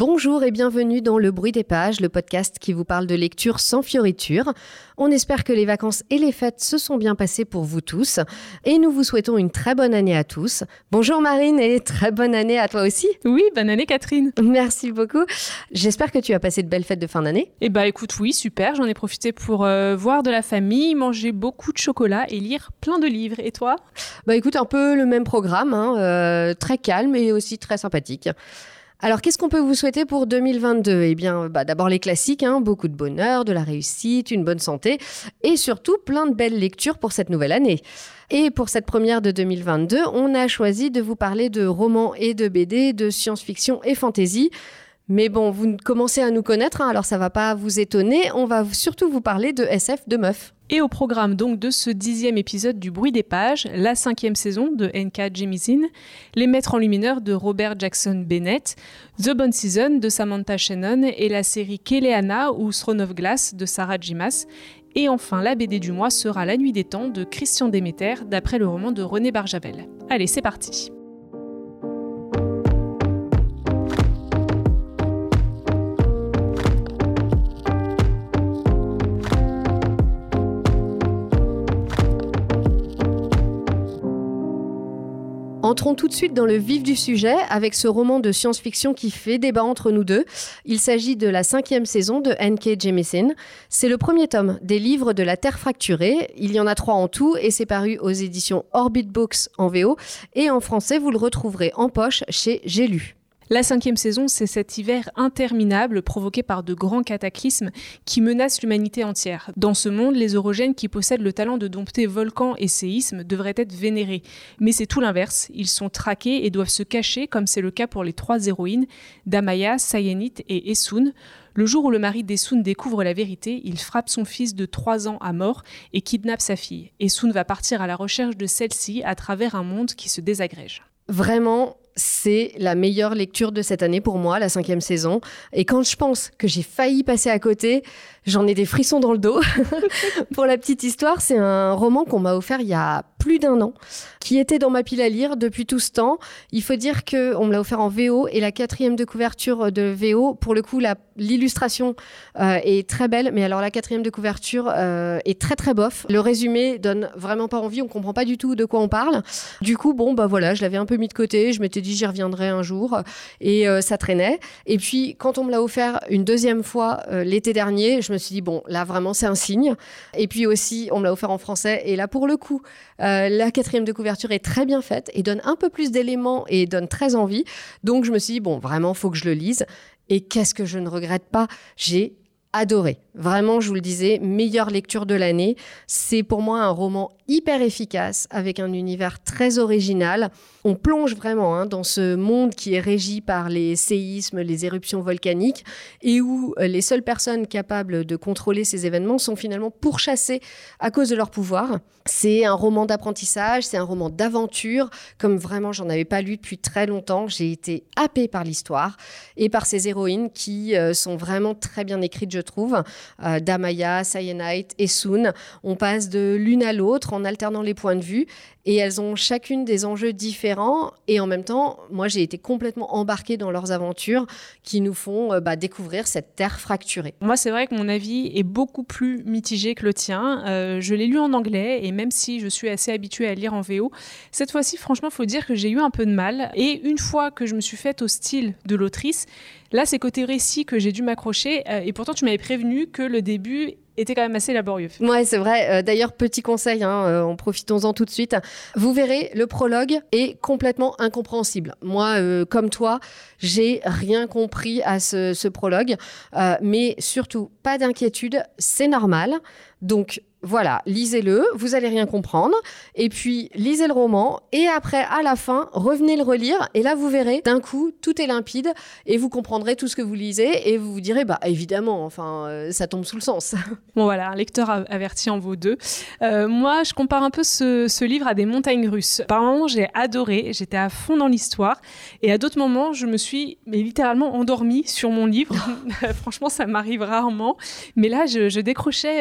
Bonjour et bienvenue dans Le Bruit des pages, le podcast qui vous parle de lecture sans fioriture. On espère que les vacances et les fêtes se sont bien passées pour vous tous et nous vous souhaitons une très bonne année à tous. Bonjour Marine et très bonne année à toi aussi. Oui, bonne année Catherine. Merci beaucoup. J'espère que tu as passé de belles fêtes de fin d'année. Eh bah écoute, oui, super. J'en ai profité pour voir de la famille, manger beaucoup de chocolat et lire plein de livres. Et toi ? Bah écoute, un peu le même programme, très calme et aussi très sympathique. Alors, qu'est-ce qu'on peut vous souhaiter pour 2022 ? Eh bien, d'abord les classiques, beaucoup de bonheur, de la réussite, une bonne santé et surtout plein de belles lectures pour cette nouvelle année. Et pour cette première de 2022, on a choisi de vous parler de romans et de BD, de science-fiction et fantasy. Mais bon, vous commencez à nous connaître, alors ça va pas vous étonner. On va surtout vous parler de SF de meufs. Et au programme donc de ce 10e épisode du Bruit des pages, la 5e saison de N.K. Jemisin, Les Maîtres enlumineurs de Robert Jackson Bennett, The Bone Season de Samantha Shannon et la série Keleana ou Throne of Glass de Sarah J. Maas. Et enfin, la BD du mois sera La Nuit des Temps de Christian Demeter, d'après le roman de René Barjavel. Allez, c'est parti. Entrons tout de suite dans le vif du sujet avec ce roman de science-fiction qui fait débat entre nous deux. Il s'agit de la 5e saison de N.K. Jemisin. C'est le premier tome des livres de la Terre fracturée. Il y en a 3 en tout et c'est paru aux éditions Orbit Books en VO. Et en français, vous le retrouverez en poche chez J'ai lu. La 5e saison, c'est cet hiver interminable provoqué par de grands cataclysmes qui menacent l'humanité entière. Dans ce monde, les orogènes qui possèdent le talent de dompter volcans et séismes devraient être vénérés. Mais c'est tout l'inverse. Ils sont traqués et doivent se cacher, comme c'est le cas pour les 3 héroïnes, Damaya, Sayenit et Essun. Le jour où le mari d'Essun découvre la vérité, il frappe son fils de 3 ans à mort et kidnappe sa fille. Essun va partir à la recherche de celle-ci à travers un monde qui se désagrège. Vraiment, c'est la meilleure lecture de cette année pour moi, la 5e saison. Et quand je pense que j'ai failli passer à côté, j'en ai des frissons dans le dos. Pour la petite histoire, c'est un roman qu'on m'a offert il y a plus d'1 an, qui était dans ma pile à lire depuis tout ce temps. Il faut dire qu'on me l'a offert en VO et la 4e de couverture de VO, pour le coup, l'illustration est très belle, mais alors la 4e de couverture est très très bof. Le résumé donne vraiment pas envie, on comprend pas du tout de quoi on parle. Du coup, voilà, je l'avais un peu mis de côté, je m'étais dit j'y reviendrai un jour et ça traînait. Et puis quand on me l'a offert une 2e fois l'été dernier, je me suis dit là vraiment c'est un signe. Et puis aussi on me l'a offert en français et là pour le coup la 4e de couverture est très bien faite et donne un peu plus d'éléments et donne très envie. Donc je me suis dit vraiment faut que je le lise. Et qu'est-ce que je ne regrette pas, j'ai adoré. Vraiment, je vous le disais, meilleure lecture de l'année. C'est pour moi un roman hyper efficace avec un univers très original. On plonge vraiment dans ce monde qui est régi par les séismes, les éruptions volcaniques et où les seules personnes capables de contrôler ces événements sont finalement pourchassées à cause de leur pouvoir. C'est un roman d'apprentissage, c'est un roman d'aventure, comme vraiment j'en avais pas lu depuis très longtemps. J'ai été happée par l'histoire et par ces héroïnes qui sont vraiment très bien écrites, je trouve. Damaya, Sayenit et Essun. On passe de l'une à l'autre en alternant les points de vue et elles ont chacune des enjeux différents et en même temps, moi j'ai été complètement embarquée dans leurs aventures qui nous font découvrir cette terre fracturée. Moi c'est vrai que mon avis est beaucoup plus mitigé que le tien. Je l'ai lu en anglais et même si je suis assez habituée à lire en VO, cette fois-ci franchement il faut dire que j'ai eu un peu de mal et une fois que je me suis faite au style de l'autrice, là c'est côté récit que j'ai dû m'accrocher et pourtant tu m'avais prévenu que le début était quand même assez laborieux. Ouais, c'est vrai. D'ailleurs, petit conseil, en profitons-en tout de suite. Vous verrez, le prologue est complètement incompréhensible. Moi, comme toi, j'ai rien compris à ce prologue. Mais surtout, pas d'inquiétude, c'est normal. Donc, voilà, lisez-le, vous allez rien comprendre. Et puis, lisez le roman. Et après, à la fin, revenez le relire. Et là, vous verrez, d'un coup, tout est limpide. Et vous comprendrez tout ce que vous lisez. Et vous vous direz, évidemment, ça tombe sous le sens. Bon, voilà, un lecteur averti en vaut 2. Moi, je compare un peu ce livre à des montagnes russes. Par moments, j'ai adoré. J'étais à fond dans l'histoire. Et à d'autres moments, je me suis littéralement endormie sur mon livre. Franchement, ça m'arrive rarement. Mais là, je décrochais complètement.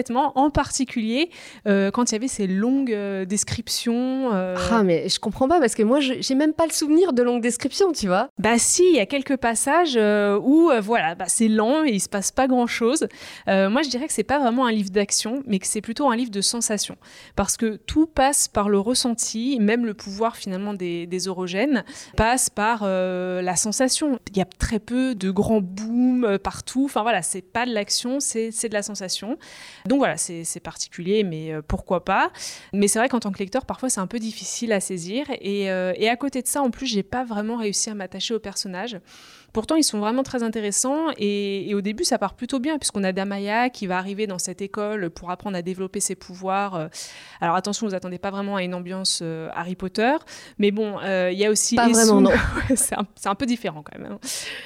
complètement, en particulier quand il y avait ces longues descriptions. Ah, mais je comprends pas parce que moi, j'ai même pas le souvenir de longues descriptions, tu vois. Bah si, il y a quelques passages où voilà, c'est lent et il se passe pas grand-chose. Moi, je dirais que c'est pas vraiment un livre d'action, mais que c'est plutôt un livre de sensations. Parce que tout passe par le ressenti, même le pouvoir finalement des orogènes passe par la sensation. Il y a très peu de grands booms partout. Enfin voilà, c'est pas de l'action, c'est de la sensation. Donc voilà, c'est particulier, mais pourquoi pas. Mais c'est vrai qu'en tant que lecteur, parfois c'est un peu difficile à saisir. Et à côté de ça, en plus, j'ai pas vraiment réussi à m'attacher aux personnages. Pourtant, ils sont vraiment très intéressants et au début, ça part plutôt bien puisqu'on a Damaya qui va arriver dans cette école pour apprendre à développer ses pouvoirs. Alors attention, vous attendez pas vraiment à une ambiance Harry Potter, mais bon, il y a aussi pas Esun. Vraiment, non. c'est un peu différent quand même.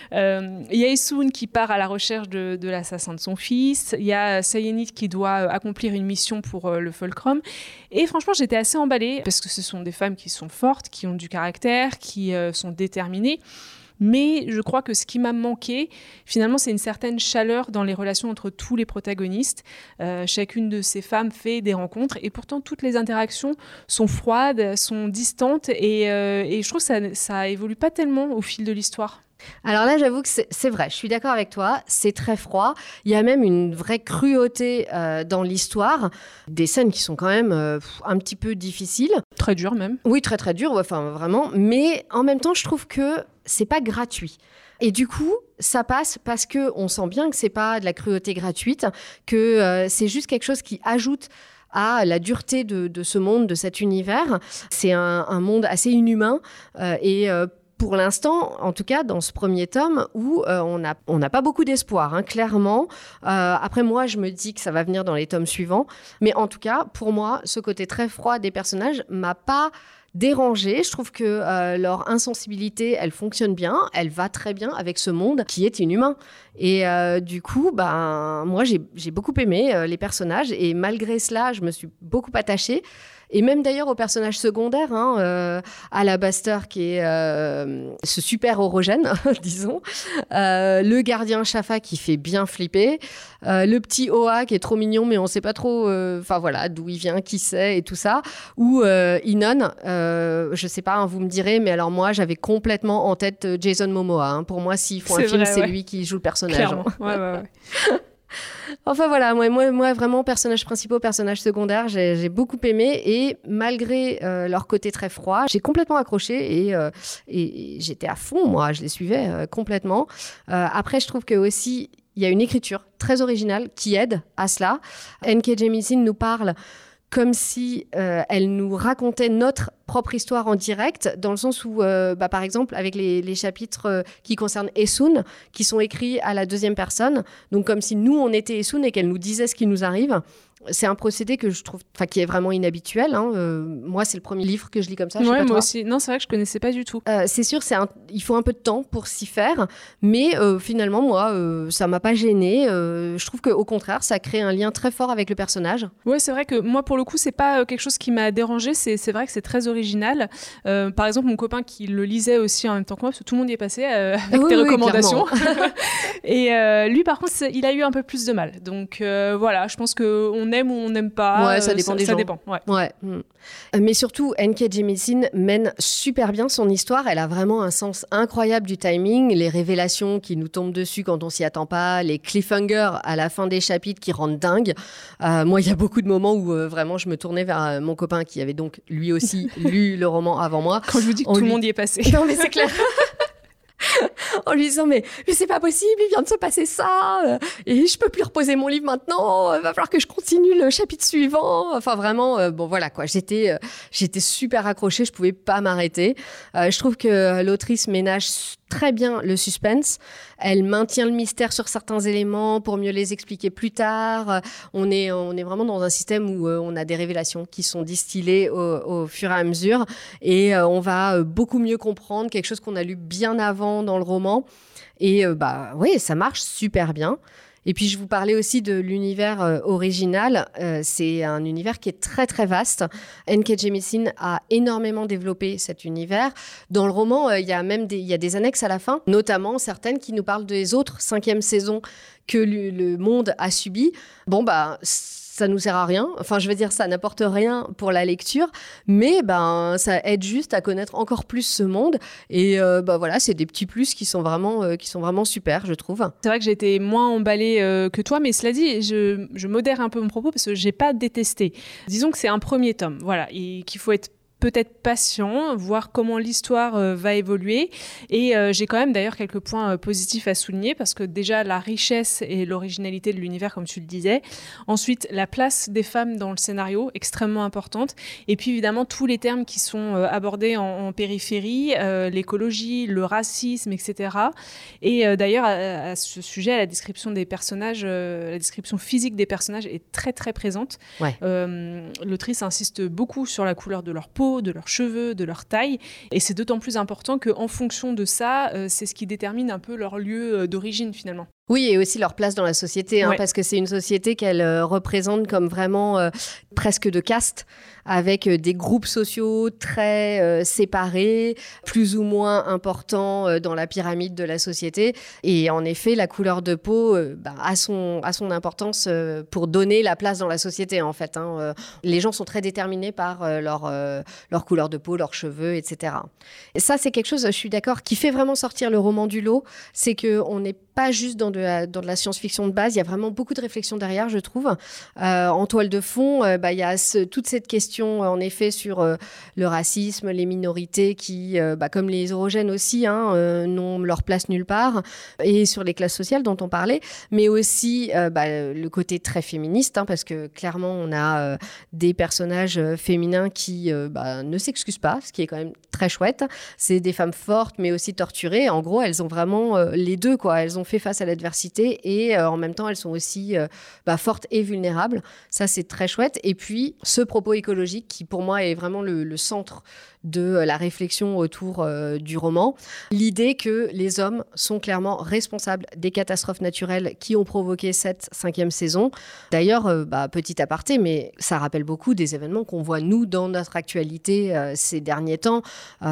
Il y a Esun qui part à la recherche de l'assassin de son fils. Il y a Sayenit qui doit accomplir une mission pour le Fulcrum. Et franchement, j'étais assez emballée parce que ce sont des femmes qui sont fortes, qui ont du caractère, qui sont déterminées. Mais je crois que ce qui m'a manqué, finalement, c'est une certaine chaleur dans les relations entre tous les protagonistes. Chacune de ces femmes fait des rencontres et pourtant toutes les interactions sont froides, sont distantes et je trouve que ça évolue pas tellement au fil de l'histoire. Alors là, j'avoue que c'est vrai, je suis d'accord avec toi, c'est très froid. Il y a même une vraie cruauté dans l'histoire. Des scènes qui sont quand même un petit peu difficiles. Très dures même. Oui, très très dures, enfin vraiment. Mais en même temps, je trouve que c'est pas gratuit. Et du coup, ça passe parce qu'on sent bien que c'est pas de la cruauté gratuite, que c'est juste quelque chose qui ajoute à la dureté de ce monde, de cet univers. C'est un monde assez inhumain pour l'instant, en tout cas dans ce premier tome, où on n'a pas beaucoup d'espoir, hein, clairement. Après, moi, je me dis que ça va venir dans les tomes suivants. Mais en tout cas, pour moi, ce côté très froid des personnages m'a pas dérangée. Je trouve que leur insensibilité, elle fonctionne bien. Elle va très bien avec ce monde qui est inhumain. Et du coup, moi, j'ai beaucoup aimé les personnages. Et malgré cela, je me suis beaucoup attachée. Et même d'ailleurs aux personnages secondaires, Alabaster qui est ce super orogène, disons, le gardien Shafa qui fait bien flipper, le petit Oa qui est trop mignon mais on sait pas trop d'où il vient, qui c'est et tout ça, ou Inon, je sais pas, vous me direz, mais alors moi j'avais complètement en tête Jason Momoa. Pour moi, s'ils font un film, c'est lui qui joue le personnage. Clairement, ouais. Enfin voilà, moi vraiment, personnages principaux, personnages secondaires, j'ai beaucoup aimé et malgré leur côté très froid, j'ai complètement accroché et j'étais à fond, moi, je les suivais complètement. Après, je trouve que aussi, il y a une écriture très originale qui aide à cela. N.K. Jemisin nous parle comme si elle nous racontait notre propre histoire en direct, dans le sens où, par exemple, avec les chapitres qui concernent Esun, qui sont écrits à la deuxième personne, donc comme si nous, on était Esun et qu'elle nous disait ce qui nous arrive. C'est un procédé que je trouve, qui est vraiment inhabituel. Moi, c'est le premier livre que je lis comme ça. Ouais, moi aussi. Non, c'est vrai que je connaissais pas du tout. C'est sûr, il faut un peu de temps pour s'y faire, mais finalement, moi, ça m'a pas gênée. Je trouve qu'au contraire, ça crée un lien très fort avec le personnage. Ouais, c'est vrai que moi, pour le coup, c'est pas quelque chose qui m'a dérangée. C'est vrai que c'est très original. Par exemple, mon copain qui le lisait aussi en même temps que moi, parce que tout le monde y est passé avec tes recommandations. Et lui, par contre, il a eu un peu plus de mal. Donc voilà, je pense qu'on aime ou on n'aime pas. Ouais, ça dépend des gens. Ça dépend, ouais. Mais surtout, N.K. Jemisin mène super bien son histoire. Elle a vraiment un sens incroyable du timing, les révélations qui nous tombent dessus quand on s'y attend pas, les cliffhangers à la fin des chapitres qui rendent dingue. Moi, il y a beaucoup de moments où vraiment je me tournais vers mon copain qui avait donc lui aussi lu le roman avant moi. Quand je vous dis que tout le monde y est passé. Non, mais c'est clair. En lui disant mais c'est pas possible, il vient de se passer ça et je peux plus reposer mon livre maintenant, va falloir que je continue le chapitre suivant. Enfin vraiment, bon voilà quoi, j'étais super accrochée, je pouvais pas m'arrêter. Je trouve que l'autrice ménage très bien le suspense. Elle maintient le mystère sur certains éléments pour mieux les expliquer plus tard. On est vraiment dans un système où on a des révélations qui sont distillées au fur et à mesure et on va beaucoup mieux comprendre quelque chose qu'on a lu bien avant dans le roman. Et oui, ça marche super bien. Et puis, je vous parlais aussi de l'univers original. C'est un univers qui est très, très vaste. N.K. Jemisin a énormément développé cet univers. Dans le roman, il y a des annexes à la fin, notamment certaines qui nous parlent des autres 5e saisons que le monde a subies. Bon, ça nous sert à rien. Enfin, je veux dire, ça n'apporte rien pour la lecture, mais ça aide juste à connaître encore plus ce monde. Et voilà, c'est des petits plus qui sont vraiment super, je trouve. C'est vrai que j'ai été moins emballée que toi, mais cela dit, je modère un peu mon propos parce que j'ai pas détesté. Disons que c'est un premier tome, voilà, et qu'il faut être peut-être patient, voir comment l'histoire va évoluer. Et j'ai quand même d'ailleurs quelques points positifs à souligner parce que déjà la richesse et l'originalité de l'univers, comme tu le disais. Ensuite, la place des femmes dans le scénario, extrêmement importante. Et puis évidemment, tous les termes qui sont abordés en périphérie, l'écologie, le racisme, etc. Et d'ailleurs, à ce sujet, la description des personnages, la description physique des personnages est très très présente. Ouais. L'autrice insiste beaucoup sur la couleur de leur peau, de leurs cheveux, de leur taille. Et c'est d'autant plus important qu'en fonction de ça, c'est ce qui détermine un peu leur lieu d'origine finalement. Oui, et aussi leur place dans la société, Ouais. parce que c'est une société qu'elle représente comme vraiment presque de caste, avec des groupes sociaux très séparés, plus ou moins importants dans la pyramide de la société. Et en effet, la couleur de peau a son importance pour donner la place dans la société, en fait. Les gens sont très déterminés par leur couleur de peau, leurs cheveux, etc. Et ça, c'est quelque chose, je suis d'accord, qui fait vraiment sortir le roman du lot. C'est qu'on n'est pas juste dans de la science-fiction de base, il y a vraiment beaucoup de réflexion derrière, je trouve. En toile de fond, il y a toute cette question, en effet, sur le racisme, les minorités qui, comme les orogènes aussi, n'ont leur place nulle part, et sur les classes sociales dont on parlait, mais aussi le côté très féministe, parce que clairement, on a des personnages féminins qui ne s'excusent pas, ce qui est quand même très chouette. C'est des femmes fortes, mais aussi torturées. En gros, elles ont vraiment les deux, quoi. Elles ont fait face à l'adversité et en même temps, elles sont aussi fortes et vulnérables. Ça, c'est très chouette. Et puis, ce propos écologique qui, pour moi, est vraiment le centre de la réflexion autour du roman. L'idée que les hommes sont clairement responsables des catastrophes naturelles qui ont provoqué cette 5e saison. D'ailleurs, petit aparté, mais ça rappelle beaucoup des événements qu'on voit, nous, dans notre actualité ces derniers temps.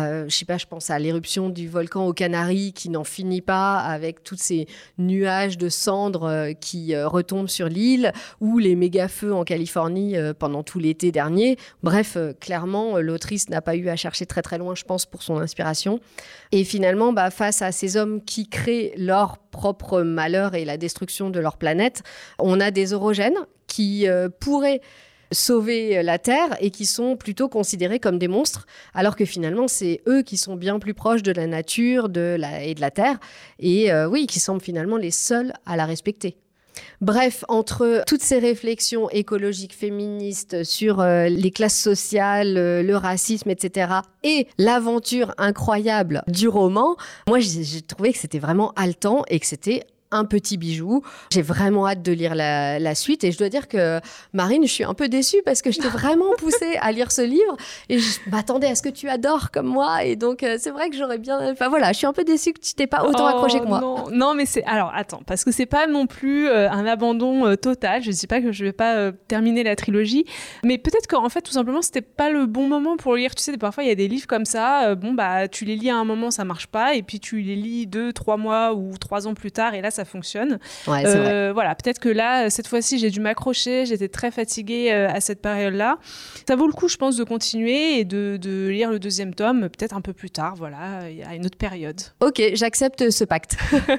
Je pense à l'éruption du volcan aux Canaries qui n'en finit pas avec tous ces nuages de cendres qui retombent sur l'île, ou les méga-feux en Californie pendant tout l'été dernier. Bref, clairement, l'autrice n'a pas eu à chercher très très loin, je pense, pour son inspiration. Et finalement, face à ces hommes qui créent leur propre malheur et la destruction de leur planète, on a des orogènes qui pourraient sauver la Terre et qui sont plutôt considérés comme des monstres, alors que finalement, c'est eux qui sont bien plus proches de la nature et de la Terre, et qui semblent finalement les seuls à la respecter. Bref, entre toutes ces réflexions écologiques, féministes sur les classes sociales, le racisme, etc., et l'aventure incroyable du roman, moi, j'ai trouvé que c'était vraiment haletant et que c'était un petit bijou. J'ai vraiment hâte de lire la suite et je dois dire que Marine, je suis un peu déçue parce que je t'ai vraiment poussée à lire ce livre et je m'attendais à ce que tu adores comme moi et donc c'est vrai que j'aurais bien... Enfin voilà, je suis un peu déçue que tu t'es pas autant accroché que moi. Non, mais c'est... Alors attends, parce que c'est pas non plus un abandon total. Je dis pas que je vais pas terminer la trilogie, mais peut-être qu'en fait tout simplement c'était pas le bon moment pour lire. Tu sais, parfois il y a des livres comme ça, tu les lis à un moment, ça marche pas et puis tu les lis 2, 3 mois ou 3 ans plus tard et là ça fonctionne. Ouais, c'est vrai. Voilà, peut-être que là, cette fois-ci, j'ai dû m'accrocher. J'étais très fatiguée à cette période-là. Ça vaut le coup, je pense, de continuer et de lire le 2e tome, peut-être un peu plus tard, voilà, à une autre période. Ok, j'accepte ce pacte.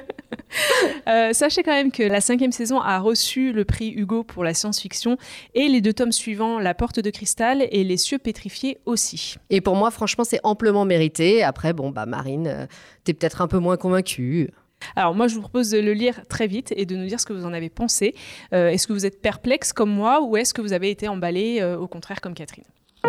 Sachez quand même que la 5e saison a reçu le prix Hugo pour la science-fiction et les 2 tomes suivants, La Porte de cristal et Les cieux pétrifiés aussi. Et pour moi, franchement, c'est amplement mérité. Après, Marine, t'es peut-être un peu moins convaincue. Alors moi, je vous propose de le lire très vite et de nous dire ce que vous en avez pensé. Est-ce que vous êtes perplexe comme moi ou est-ce que vous avez été emballé au contraire comme Catherine ?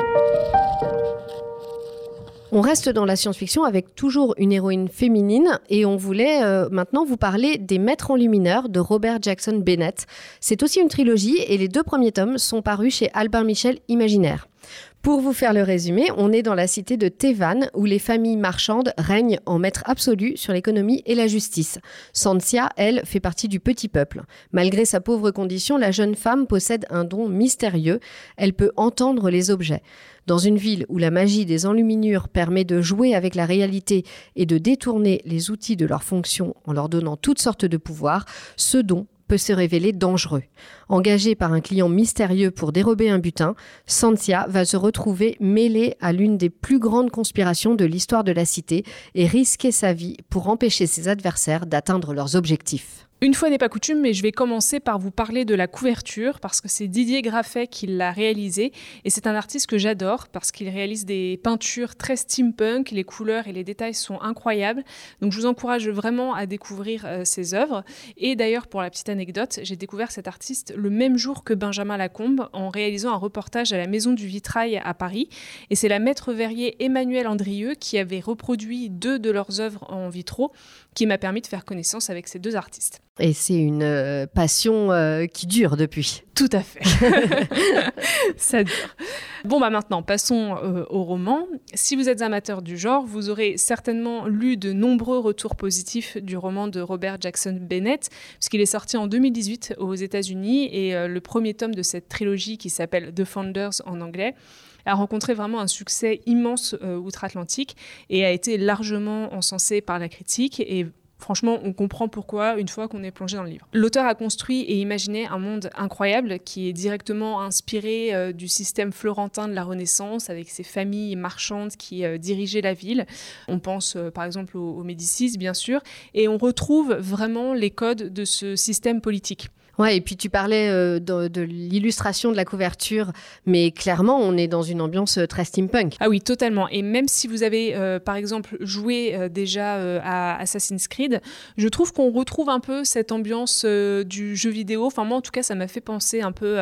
On reste dans la science-fiction avec toujours une héroïne féminine et on voulait maintenant vous parler des Maîtres enlumineurs de Robert Jackson Bennett. C'est aussi une trilogie et les 2 premiers tomes sont parus chez Albin Michel Imaginaire. Pour vous faire le résumé, on est dans la cité de Tevan où les familles marchandes règnent en maître absolu sur l'économie et la justice. Sansia, elle, fait partie du petit peuple. Malgré sa pauvre condition, la jeune femme possède un don mystérieux. Elle peut entendre les objets. Dans une ville où la magie des enluminures permet de jouer avec la réalité et de détourner les outils de leur fonction en leur donnant toutes sortes de pouvoirs, ce don peut se révéler dangereux. Engagée par un client mystérieux pour dérober un butin, Cynthia va se retrouver mêlée à l'une des plus grandes conspirations de l'histoire de la cité et risquer sa vie pour empêcher ses adversaires d'atteindre leurs objectifs. Une fois n'est pas coutume, mais je vais commencer par vous parler de la couverture parce que c'est Didier Graffet qui l'a réalisé et c'est un artiste que j'adore parce qu'il réalise des peintures très steampunk, les couleurs et les détails sont incroyables. Donc je vous encourage vraiment à découvrir ses œuvres. Et d'ailleurs, pour la petite anecdote, j'ai découvert cet artiste le même jour que Benjamin Lacombe en réalisant un reportage à la Maison du Vitrail à Paris. Et c'est la maître verrier Emmanuelle Andrieux qui avait reproduit 2 de leurs œuvres en vitraux qui m'a permis de faire connaissance avec ces 2 artistes. Et c'est une passion qui dure depuis. Tout à fait. Ça dure. Bon, maintenant, passons au roman. Si vous êtes amateur du genre, vous aurez certainement lu de nombreux retours positifs du roman de Robert Jackson Bennett, puisqu'il est sorti en 2018 aux États-Unis et le premier tome de cette trilogie qui s'appelle The Founders en anglais a rencontré vraiment un succès immense outre-Atlantique et a été largement encensé par la critique et franchement, on comprend pourquoi une fois qu'on est plongé dans le livre. L'auteur a construit et imaginé un monde incroyable qui est directement inspiré du système florentin de la Renaissance avec ses familles marchandes qui dirigeaient la ville. On pense par exemple aux Médicis, bien sûr, et on retrouve vraiment les codes de ce système politique. Ouais, et puis tu parlais de l'illustration de la couverture, mais clairement, on est dans une ambiance très steampunk. Ah oui, totalement. Et même si vous avez, par exemple, joué déjà à Assassin's Creed, je trouve qu'on retrouve un peu cette ambiance du jeu vidéo. Enfin, moi, en tout cas, ça m'a fait penser un peu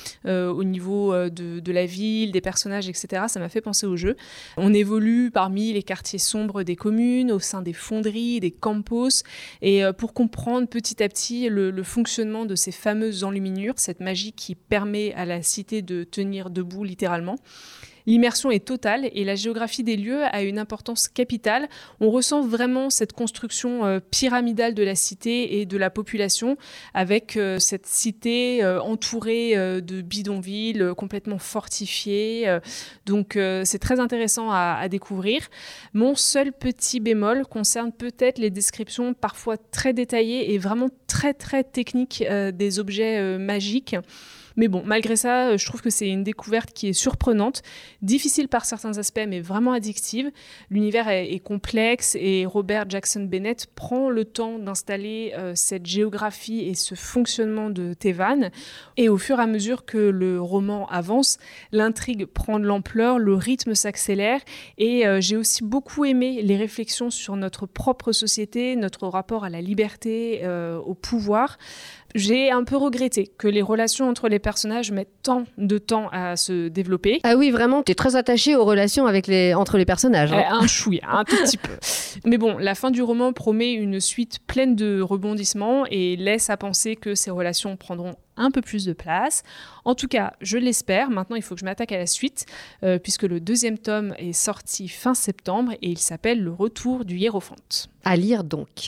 au niveau de la ville, des personnages, etc. Ça m'a fait penser au jeu. On évolue parmi les quartiers sombres des communes, au sein des fonderies, des campos, et pour comprendre petit à petit le fonctionnement de ces fameuses enluminures, cette magie qui permet à la cité de tenir debout littéralement. L'immersion est totale et la géographie des lieux a une importance capitale. On ressent vraiment cette construction pyramidale de la cité et de la population avec cette cité entourée de bidonvilles complètement fortifiées. Donc c'est très intéressant à découvrir. Mon seul petit bémol concerne peut-être les descriptions parfois très détaillées et vraiment très très techniques des objets magiques. Mais bon, malgré ça, je trouve que c'est une découverte qui est surprenante, difficile par certains aspects, mais vraiment addictive. L'univers est complexe et Robert Jackson Bennett prend le temps d'installer cette géographie et ce fonctionnement de Tevan. Et au fur et à mesure que le roman avance, l'intrigue prend de l'ampleur, le rythme s'accélère et j'ai aussi beaucoup aimé les réflexions sur notre propre société, notre rapport à la liberté, au pouvoir. J'ai un peu regretté que les relations entre les personnages mettent tant de temps à se développer. Ah oui, vraiment, tu es très attaché aux relations entre les personnages. Hein. Un chouïa, un tout petit peu. Mais bon, la fin du roman promet une suite pleine de rebondissements et laisse à penser que ces relations prendront un peu plus de place. En tout cas, je l'espère. Maintenant, il faut que je m'attaque à la suite, puisque le 2e tome est sorti fin septembre et il s'appelle Le Retour du Hiérophante. À lire donc.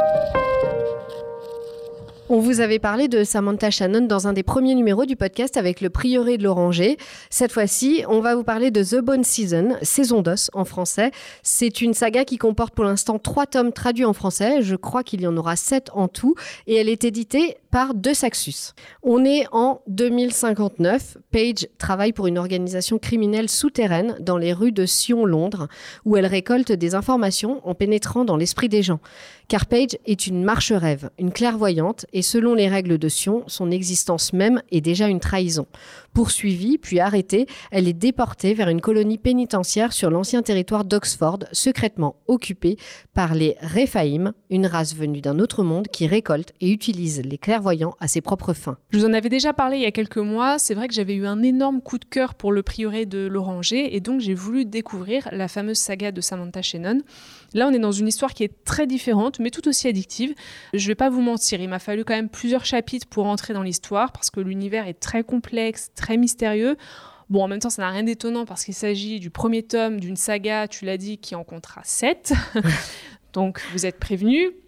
On vous avait parlé de Samantha Shannon dans un des premiers numéros du podcast avec le prieuré de l'Oranger. Cette fois-ci, on va vous parler de The Bone Season, Saison d'os en français. C'est une saga qui comporte pour l'instant 3 tomes traduits en français. Je crois qu'il y en aura 7 en tout. Et elle est éditée par De Saxus. On est en 2059. Paige travaille pour une organisation criminelle souterraine dans les rues de Sion, Londres, où elle récolte des informations en pénétrant dans l'esprit des gens. Car Paige est une marche-rêve, une clairvoyante, et selon les règles de Sion, son existence même est déjà une trahison. Poursuivie, puis arrêtée, elle est déportée vers une colonie pénitentiaire sur l'ancien territoire d'Oxford, secrètement occupée par les Réphaïm, une race venue d'un autre monde qui récolte et utilise les clairvoyants à ses propres fins. Je vous en avais déjà parlé il y a quelques mois, c'est vrai que j'avais eu un énorme coup de cœur pour le prieuré de l'Oranger et donc j'ai voulu découvrir la fameuse saga de Samantha Shannon. Là, on est dans une histoire qui est très différente, mais tout aussi addictive. Je ne vais pas vous mentir, il m'a fallu quand même plusieurs chapitres pour entrer dans l'histoire, parce que l'univers est très complexe, très mystérieux. Bon, en même temps, ça n'a rien d'étonnant, parce qu'il s'agit du premier tome d'une saga, tu l'as dit, qui en comptera 7. Donc, vous êtes prévenus.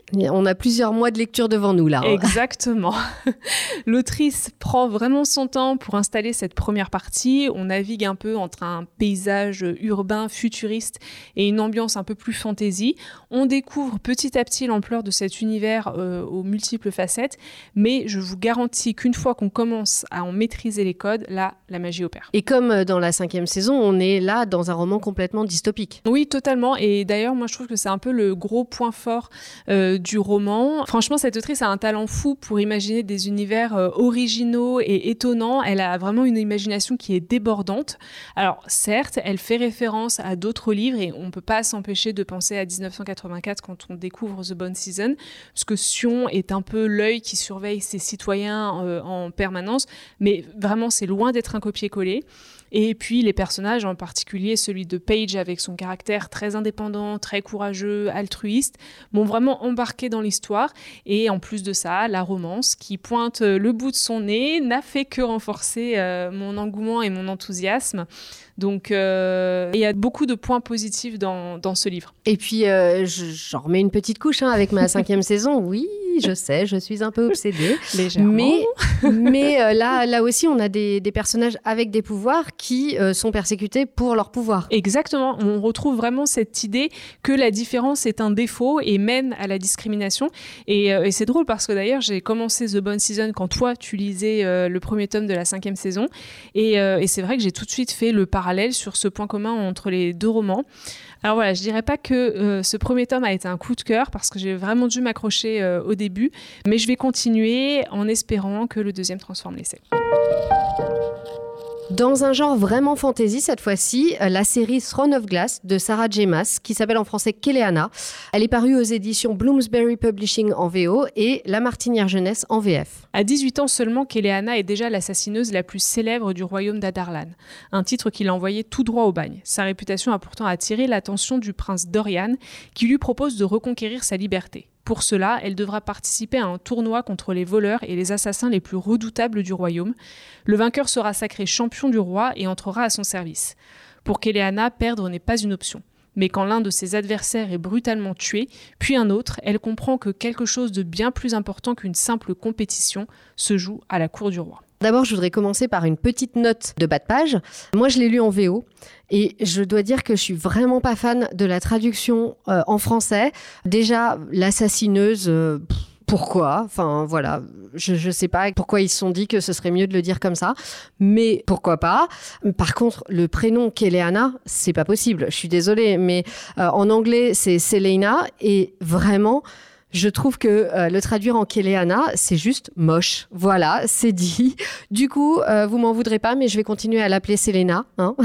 On a plusieurs mois de lecture devant nous, là. Exactement. L'autrice prend vraiment son temps pour installer cette première partie. On navigue un peu entre un paysage urbain futuriste et une ambiance un peu plus fantasy. On découvre petit à petit l'ampleur de cet univers aux multiples facettes, mais je vous garantis qu'une fois qu'on commence à en maîtriser les codes, là, la magie opère. Et comme dans la 5e saison, on est là dans un roman complètement dystopique. Oui, totalement. Et d'ailleurs, moi, je trouve que c'est un peu le gros point fort du roman. Franchement, cette autrice a un talent fou pour imaginer des univers originaux et étonnants. Elle a vraiment une imagination qui est débordante. Alors, certes, elle fait référence à d'autres livres et on ne peut pas s'empêcher de penser à 1984 quand on découvre The Bone Season, parce que Sion est un peu l'œil qui surveille ses citoyens en permanence, mais vraiment, c'est loin d'être un copier-coller. Et puis les personnages, en particulier celui de Paige avec son caractère très indépendant, très courageux, altruiste, m'ont vraiment embarqué dans l'histoire. Et en plus de ça, la romance qui pointe le bout de son nez n'a fait que renforcer mon engouement et mon enthousiasme. Donc, il y a beaucoup de points positifs dans ce livre. Et puis, j'en remets une petite couche avec ma 5e saison. Oui, je sais, je suis un peu obsédée. Légèrement. Mais là aussi, on a des personnages avec des pouvoirs qui sont persécutés pour leur pouvoir. Exactement. On retrouve vraiment cette idée que la différence est un défaut et mène à la discrimination. Et c'est drôle parce que d'ailleurs, j'ai commencé The Bone Season quand toi, tu lisais le premier tome de la 5e saison. Et c'est vrai que j'ai tout de suite fait le parallèle sur ce point commun entre les deux romans. Alors voilà, je dirais pas que ce premier tome a été un coup de cœur parce que j'ai vraiment dû m'accrocher au début, mais je vais continuer en espérant que le deuxième transforme l'essai. Dans un genre vraiment fantasy, cette fois-ci, la série Throne of Glass de Sarah J. Maas, qui s'appelle en français Keleana. Elle est parue aux éditions Bloomsbury Publishing en VO et La Martinière Jeunesse en VF. À 18 ans seulement, Keleana est déjà l'assassineuse la plus célèbre du royaume d'Adarlan, un titre qui l'a envoyé tout droit au bagne. Sa réputation a pourtant attiré l'attention du prince Dorian, qui lui propose de reconquérir sa liberté. Pour cela, elle devra participer à un tournoi contre les voleurs et les assassins les plus redoutables du royaume. Le vainqueur sera sacré champion du roi et entrera à son service. Pour Keleana, perdre n'est pas une option. Mais quand l'un de ses adversaires est brutalement tué, puis un autre, elle comprend que quelque chose de bien plus important qu'une simple compétition se joue à la cour du roi. D'abord, je voudrais commencer par une petite note de bas de page. Moi, je l'ai lu en VO et je dois dire que je suis vraiment pas fan de la traduction en français. Déjà, l'assassineuse... Pourquoi ? Enfin, voilà, je sais pas pourquoi ils se sont dit que ce serait mieux de le dire comme ça, mais pourquoi pas ? Par contre, le prénom Keleana, c'est pas possible, je suis désolée, mais en anglais, c'est Selena, et vraiment... Je trouve que le traduire en Keleana, c'est juste moche. Voilà, c'est dit. Du coup, vous m'en voudrez pas, mais je vais continuer à l'appeler Selena.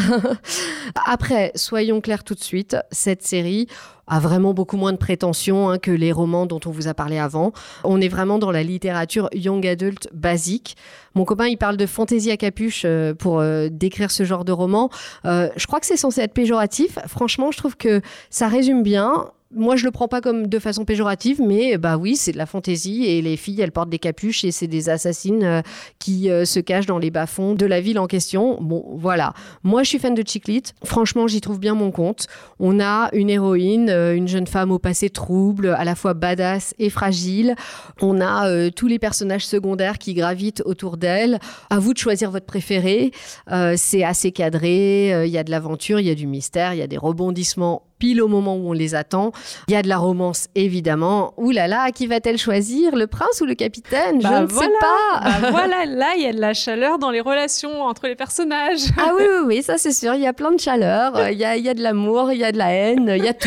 Après, soyons clairs tout de suite, cette série a vraiment beaucoup moins de prétentions que les romans dont on vous a parlé avant. On est vraiment dans la littérature young adult basique. Mon copain, il parle de fantaisie à capuche pour décrire ce genre de roman. Je crois que c'est censé être péjoratif. Franchement, je trouve que ça résume bien. Moi, je le prends pas comme de façon péjorative, mais bah oui, c'est de la fantaisie et les filles, elles portent des capuches et c'est des assassines qui se cachent dans les bas-fonds de la ville en question. Bon, voilà. Moi, je suis fan de chick lit. Franchement, j'y trouve bien mon compte. On a une héroïne, une jeune femme au passé trouble, à la fois badass et fragile. On a tous les personnages secondaires qui gravitent autour d'elle. À vous de choisir votre préféré. C'est assez cadré. Il y a de l'aventure, il y a du mystère, il y a des rebondissements pile au moment où on les attend. Il y a de la romance, évidemment. Ouh là là, qui va-t-elle choisir ? Le prince ou le capitaine ? Je ne sais pas. Voilà, là, il y a de la chaleur dans les relations entre les personnages. Ah oui, ça c'est sûr. Il y a plein de chaleur. Il y a de l'amour, il y a de la haine, il y a tout.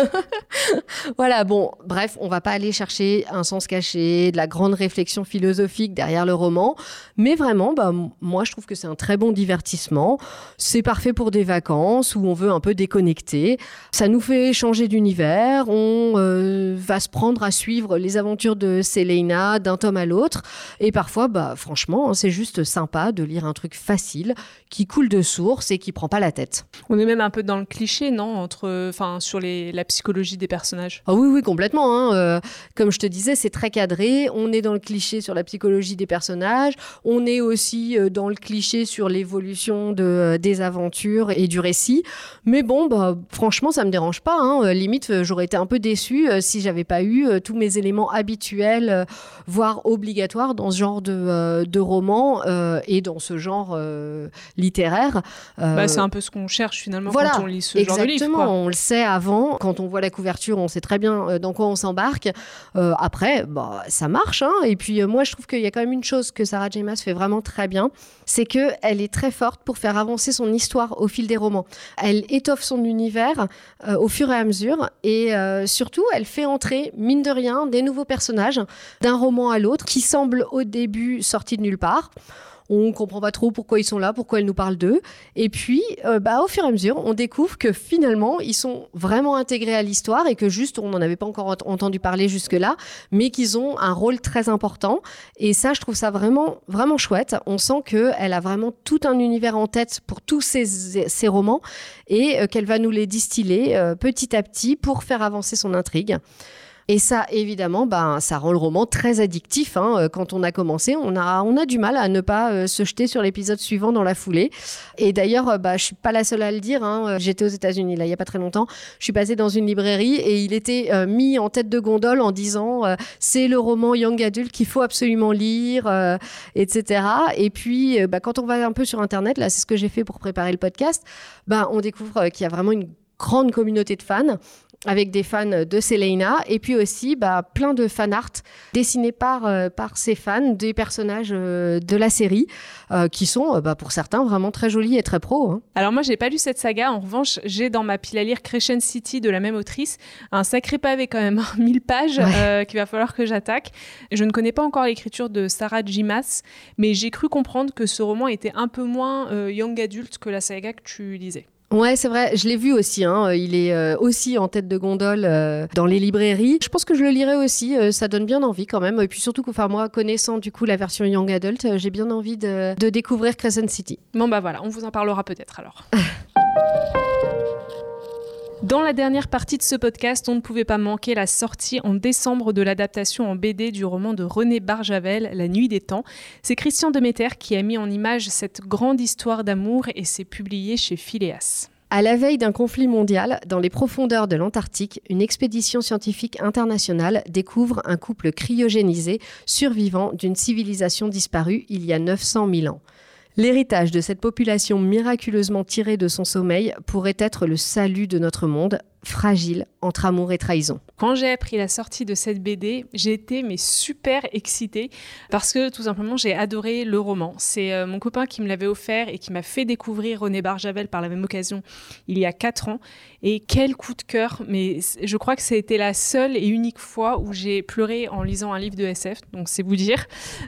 Voilà, bon, bref, on va pas aller chercher un sens caché, de la grande réflexion philosophique derrière le roman. Mais vraiment, moi, je trouve que c'est un très bon divertissement. C'est parfait pour des vacances où on veut un peu déconnecter. Ça nous fait changer d'univers, on va se prendre à suivre les aventures de Selena d'un tome à l'autre. Et parfois, franchement, c'est juste sympa de lire un truc facile, qui coule de source et qui prend pas la tête. On est même un peu dans le cliché, non ? Sur la psychologie des personnages. Ah oui, complètement. Comme je te disais, c'est très cadré. On est dans le cliché sur la psychologie des personnages. On est aussi dans le cliché sur l'évolution des aventures et du récit. Mais bon, franchement, ça me dérange pas. Hein. Limite, j'aurais été un peu déçue si j'avais pas eu tous mes éléments habituels, voire obligatoires dans ce genre de roman et dans ce genre littéraire. C'est un peu ce qu'on cherche finalement voilà, quand on lit ce genre de livre. Exactement, on le sait avant. Quand on voit la couverture, on sait très bien dans quoi on s'embarque. Après, ça marche. Hein. Et puis, moi, je trouve qu'il y a quand même une chose que Sarah J. Maas fait vraiment très bien, c'est qu'elle est très forte pour faire avancer son histoire au fil des romans. Elle étoffe son univers au fur et à mesure et surtout, elle fait entrer, mine de rien, des nouveaux personnages d'un roman à l'autre qui semblent au début sortis de nulle part. On ne comprend pas trop pourquoi ils sont là, pourquoi elle nous parle d'eux. Et puis, au fur et à mesure, on découvre que finalement, ils sont vraiment intégrés à l'histoire et que juste, on n'en avait pas encore entendu parler jusque-là, mais qu'ils ont un rôle très important. Et ça, je trouve ça vraiment, vraiment chouette. On sent qu'elle a vraiment tout un univers en tête pour tous ces romans et qu'elle va nous les distiller petit à petit pour faire avancer son intrigue. Et ça, évidemment, ça rend le roman très addictif. Hein. Quand on a commencé, on a du mal à ne pas se jeter sur l'épisode suivant dans la foulée. Et d'ailleurs, je suis pas la seule à le dire. Hein. J'étais aux États-Unis là, il y a pas très longtemps. Je suis passée dans une librairie et il était mis en tête de gondole en disant c'est le roman young adult qu'il faut absolument lire, etc. Et puis, quand on va un peu sur Internet, là, c'est ce que j'ai fait pour préparer le podcast. On découvre qu'il y a vraiment une grande communauté de fans, avec des fans de Celaena, et puis aussi plein de fan art dessinés par ces fans des personnages de la série, qui sont pour certains vraiment très jolis et très pros. Hein. Alors moi, j'ai pas lu cette saga. En revanche, j'ai dans ma pile à lire Crescent City de la même autrice, un sacré pavé quand même, 1000 pages qu'il va falloir que j'attaque. Je ne connais pas encore l'écriture de Sarah J. Maas, mais j'ai cru comprendre que ce roman était un peu moins young adult que la saga que tu lisais. Ouais, c'est vrai, je l'ai vu aussi. Hein. Il est aussi en tête de gondole dans les librairies. Je pense que je le lirai aussi. Ça donne bien envie quand même. Et puis surtout que, moi, connaissant du coup la version Young Adult, j'ai bien envie de découvrir Crescent City. Bon voilà, on vous en parlera peut-être alors. Dans la dernière partie de ce podcast, on ne pouvait pas manquer la sortie en décembre de l'adaptation en BD du roman de René Barjavel, La Nuit des Temps. C'est Christian Demeter qui a mis en image cette grande histoire d'amour et c'est publié chez Phileas. À la veille d'un conflit mondial, dans les profondeurs de l'Antarctique, une expédition scientifique internationale découvre un couple cryogénisé survivant d'une civilisation disparue il y a 900 000 ans. L'héritage de cette population miraculeusement tirée de son sommeil pourrait être le salut de notre monde, fragile entre amour et trahison. Quand j'ai appris la sortie de cette BD, j'ai été super excitée parce que tout simplement j'ai adoré le roman. C'est mon copain qui me l'avait offert et qui m'a fait découvrir René Barjavel par la même occasion il y a 4 ans. Et quel coup de cœur, mais je crois que ça a été la seule et unique fois où j'ai pleuré en lisant un livre de SF, donc c'est vous dire.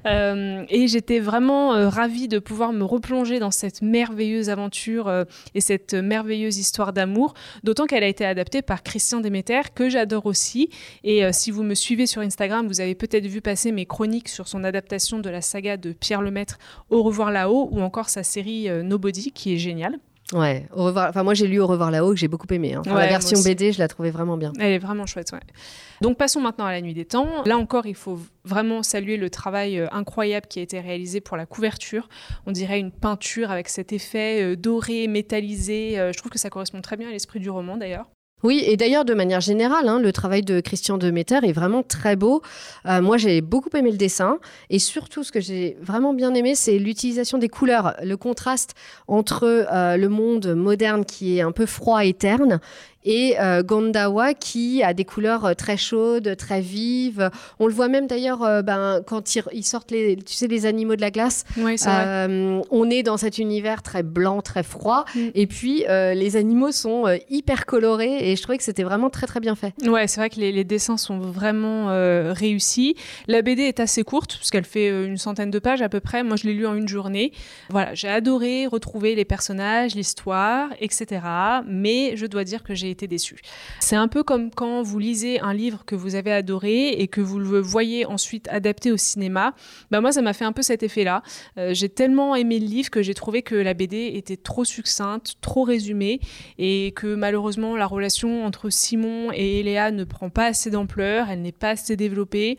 Et j'étais vraiment ravie de pouvoir me replonger dans cette merveilleuse aventure et cette merveilleuse histoire d'amour, d'autant qu'elle a été adaptée par Christian Demeter, que j'adore aussi. Et si vous me suivez sur Instagram, vous avez peut-être vu passer mes chroniques sur son adaptation de la saga de Pierre Lemaitre, Au revoir là-haut, ou encore sa série Nobody, qui est géniale. Ouais, Au revoir. Moi j'ai lu Au revoir là-haut que j'ai beaucoup aimé. Hein. La version BD, je la trouvais vraiment bien. Elle est vraiment chouette, ouais. Donc passons maintenant à La Nuit des Temps. Là encore, il faut vraiment saluer le travail incroyable qui a été réalisé pour la couverture. On dirait une peinture avec cet effet doré, métallisé. Je trouve que ça correspond très bien à l'esprit du roman d'ailleurs. Oui, et d'ailleurs, de manière générale, le travail de Christian Demeter est vraiment très beau. Moi, j'ai beaucoup aimé le dessin. Et surtout, ce que j'ai vraiment bien aimé, c'est l'utilisation des couleurs. Le contraste entre le monde moderne qui est un peu froid et terne et Gondawa qui a des couleurs très chaudes, très vives. On le voit même d'ailleurs quand ils sortent les animaux de la glace. Oui, c'est vrai. On est dans cet univers très blanc, très froid. Et puis, les animaux sont hyper colorés et je trouvais que c'était vraiment très, très bien fait. Ouais, c'est vrai que les dessins sont vraiment réussis. La BD est assez courte puisqu'elle fait une centaine de pages à peu près. Moi, je l'ai lu en une journée. Voilà, j'ai adoré retrouver les personnages, l'histoire, etc. Mais je dois dire que j'ai été déçue. C'est un peu comme quand vous lisez un livre que vous avez adoré et que vous le voyez ensuite adapté au cinéma. Moi, ça m'a fait un peu cet effet-là. J'ai tellement aimé le livre que j'ai trouvé que la BD était trop succincte, trop résumée et que malheureusement, la relation entre Simon et Eléa ne prend pas assez d'ampleur, elle n'est pas assez développée.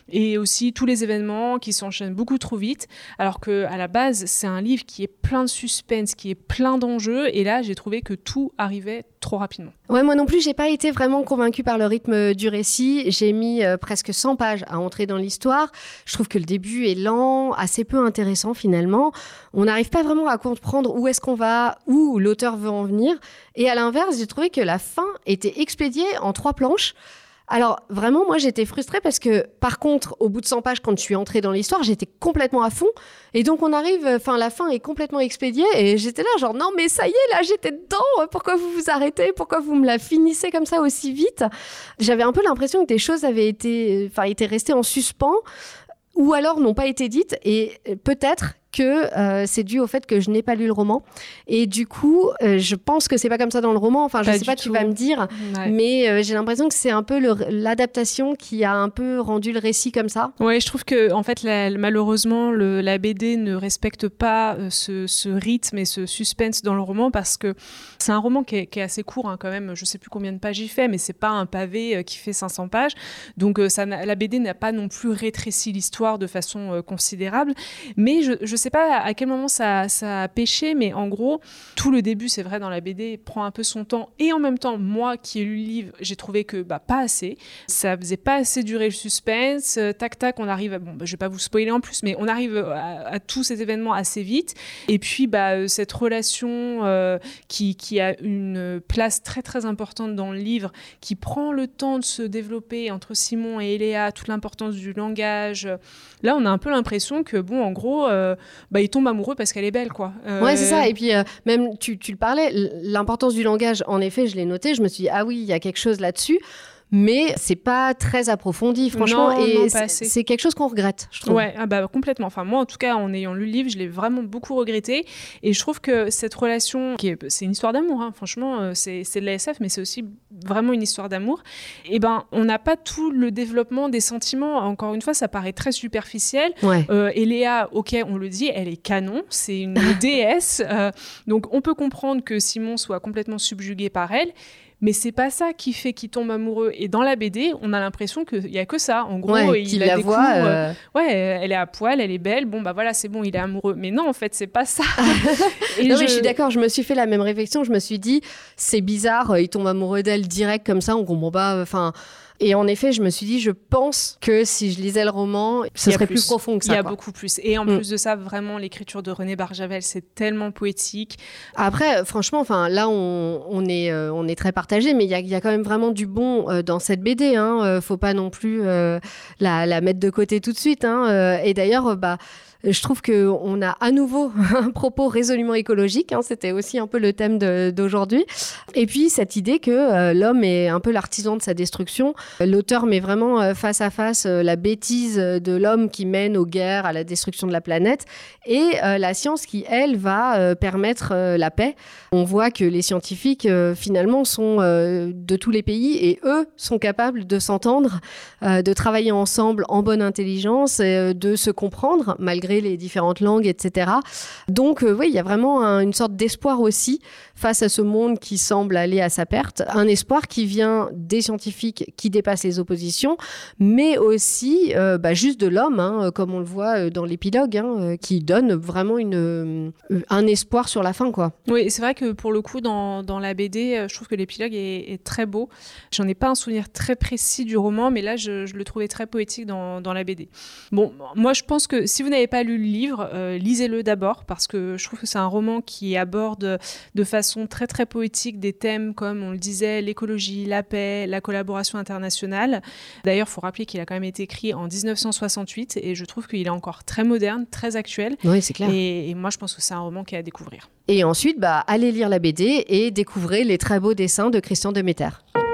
et aussi tous les événements qui s'enchaînent beaucoup trop vite, alors qu'à la base, c'est un livre qui est plein de suspense, qui est plein d'enjeux, et là, j'ai trouvé que tout arrivait trop rapidement. Ouais, moi non plus, j'ai pas été vraiment convaincue par le rythme du récit. J'ai mis presque 100 pages à entrer dans l'histoire. Je trouve que le début est lent, assez peu intéressant finalement. On n'arrive pas vraiment à comprendre où est-ce qu'on va, où l'auteur veut en venir. Et à l'inverse, j'ai trouvé que la fin était expédiée en 3 planches. Alors vraiment, moi j'étais frustrée parce que par contre, au bout de 100 pages, quand je suis entrée dans l'histoire, j'étais complètement à fond. Et donc la fin est complètement expédiée et j'étais là genre non mais ça y est, là j'étais dedans, pourquoi vous vous arrêtez, pourquoi vous me la finissez comme ça aussi vite? J'avais un peu l'impression que des choses étaient restées en suspens ou alors n'ont pas été dites et peut-être que c'est dû au fait que je n'ai pas lu le roman. Et du coup, je pense que c'est pas comme ça dans le roman. Enfin, je sais pas, tu vas me dire. Ouais. Mais j'ai l'impression que c'est un peu l'adaptation qui a un peu rendu le récit comme ça. Ouais, je trouve que en fait, malheureusement, la BD ne respecte pas ce rythme et ce suspense dans le roman parce que c'est un roman qui est assez court quand même. Je sais plus combien de pages il fait, mais c'est pas un pavé qui fait 500 pages. Donc la BD n'a pas non plus rétréci l'histoire de façon considérable. Mais je sais pas à quel moment ça a pêché, mais en gros, tout le début, c'est vrai, dans la BD, prend un peu son temps. Et en même temps, moi qui ai lu le livre, j'ai trouvé que pas assez. Ça faisait pas assez durer le suspense. Tac, on arrive je vais pas vous spoiler en plus, mais on arrive à tous ces événements assez vite. Et puis, cette relation qui a une place très, très importante dans le livre, qui prend le temps de se développer entre Simon et Eléa, toute l'importance du langage. Là, on a un peu l'impression que, en gros... il tombe amoureux parce qu'elle est belle, quoi. Ouais, c'est ça. Et puis, même, tu le parlais, l'importance du langage, en effet, je l'ai noté. Je me suis dit, ah oui, il y a quelque chose là-dessus. Mais c'est pas très approfondi, franchement. Non, c'est quelque chose qu'on regrette, je trouve. Ouais, complètement. Enfin, moi, en tout cas, en ayant lu le livre, je l'ai vraiment beaucoup regretté. Et je trouve que cette relation, c'est une histoire d'amour, franchement, c'est de la SF, mais c'est aussi vraiment une histoire d'amour. Et on n'a pas tout le développement des sentiments. Encore une fois, ça paraît très superficiel. Ouais. Et Léa, ok, on le dit, elle est canon, c'est une déesse. Donc, on peut comprendre que Simon soit complètement subjugué par elle. Mais c'est pas ça qui fait qu'il tombe amoureux. Et dans la BD, on a l'impression qu'il y a que ça. En gros, il la découvre. Elle est à poil, elle est belle. Voilà, c'est bon, il est amoureux. Mais non, en fait, c'est pas ça. Mais je suis d'accord. Je me suis fait la même réflexion. Je me suis dit, c'est bizarre. Il tombe amoureux d'elle direct comme ça. On comprend pas. Et en effet, je me suis dit, je pense que si je lisais le roman, ce serait plus profond que ça. Il y a beaucoup plus. Et en plus de ça, vraiment, l'écriture de René Barjavel, c'est tellement poétique. Après, franchement, là, on est très partagé, mais il y a quand même vraiment du bon dans cette BD. Faut pas non plus la mettre de côté tout de suite. Et d'ailleurs, je trouve qu'on a à nouveau un propos résolument écologique. C'était aussi un peu le thème d'aujourd'hui. Et puis, cette idée que l'homme est un peu l'artisan de sa destruction. L'auteur met vraiment face à face la bêtise de l'homme qui mène aux guerres, à la destruction de la planète, et la science qui, elle, va permettre la paix. On voit que les scientifiques, finalement, sont de tous les pays et eux sont capables de s'entendre, de travailler ensemble en bonne intelligence, de se comprendre malgré les différentes langues, etc. Donc, il y a vraiment une sorte d'espoir aussi face à ce monde qui semble aller à sa perte. Un espoir qui vient des scientifiques qui dépassent les oppositions, mais aussi juste de l'homme, comme on le voit dans l'épilogue, qui donne vraiment un espoir sur la fin, quoi. Oui, c'est vrai que pour le coup, dans la BD, je trouve que l'épilogue est très beau. J'en ai pas un souvenir très précis du roman, mais là, je le trouvais très poétique dans la BD. Bon, moi, je pense que si vous n'avez pas lu le livre, lisez-le d'abord, parce que je trouve que c'est un roman qui aborde de façon très, très poétique des thèmes comme, on le disait, l'écologie, la paix, la collaboration internationale. D'ailleurs, il faut rappeler qu'il a quand même été écrit en 1968, et je trouve qu'il est encore très moderne, très actuel. Oui, c'est clair. Et moi, je pense que c'est un roman qui est à découvrir. Et ensuite, allez lire la BD et découvrez les très beaux dessins de Christian Demeter.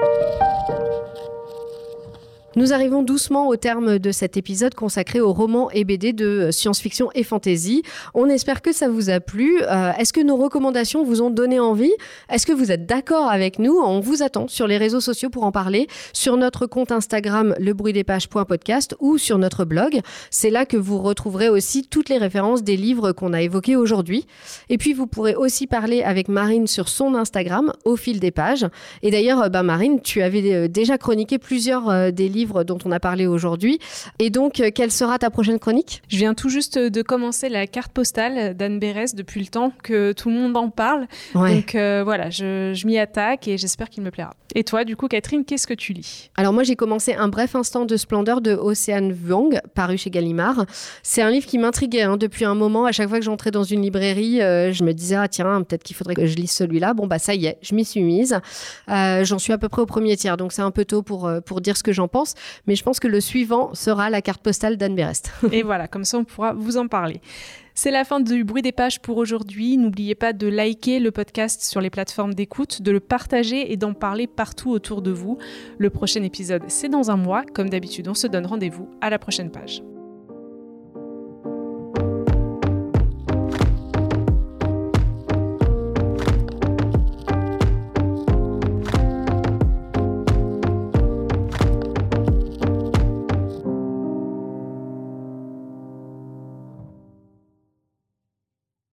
Nous arrivons doucement au terme de cet épisode consacré aux romans et BD de science-fiction et fantasy. On espère que ça vous a plu. Est-ce que nos recommandations vous ont donné envie ? Est-ce que vous êtes d'accord avec nous ? On vous attend sur les réseaux sociaux pour en parler, sur notre compte Instagram lebruitdespages.podcast ou sur notre blog. C'est là que vous retrouverez aussi toutes les références des livres qu'on a évoqués aujourd'hui. Et puis vous pourrez aussi parler avec Marine sur son Instagram, Au fil des pages. Et d'ailleurs, Marine, tu avais déjà chroniqué plusieurs des livres livre dont on a parlé aujourd'hui. Et donc, quelle sera ta prochaine chronique ? Je viens tout juste de commencer la carte postale d'Anne Berès depuis le temps que tout le monde en parle. Ouais. Donc voilà, je m'y attaque et j'espère qu'il me plaira. Et toi, du coup, Catherine, qu'est-ce que tu lis ? Alors moi, j'ai commencé Un bref instant de splendeur de Océane Vuong, paru chez Gallimard. C'est un livre qui m'intriguait depuis un moment. À chaque fois que j'entrais dans une librairie, je me disais, ah tiens, peut-être qu'il faudrait que je lise celui-là. Bon, bah ça y est, je m'y suis mise. J'en suis à peu près au premier tiers, donc c'est un peu tôt pour dire ce que j'en pense. Mais je pense que le suivant sera la carte postale d'Anne Berès. Et voilà, comme ça, on pourra vous en parler. C'est la fin du Bruit des pages pour aujourd'hui. N'oubliez pas de liker le podcast sur les plateformes d'écoute, de le partager et d'en parler partout autour de vous. Le prochain épisode, c'est dans un mois. Comme d'habitude, on se donne rendez-vous à la prochaine page.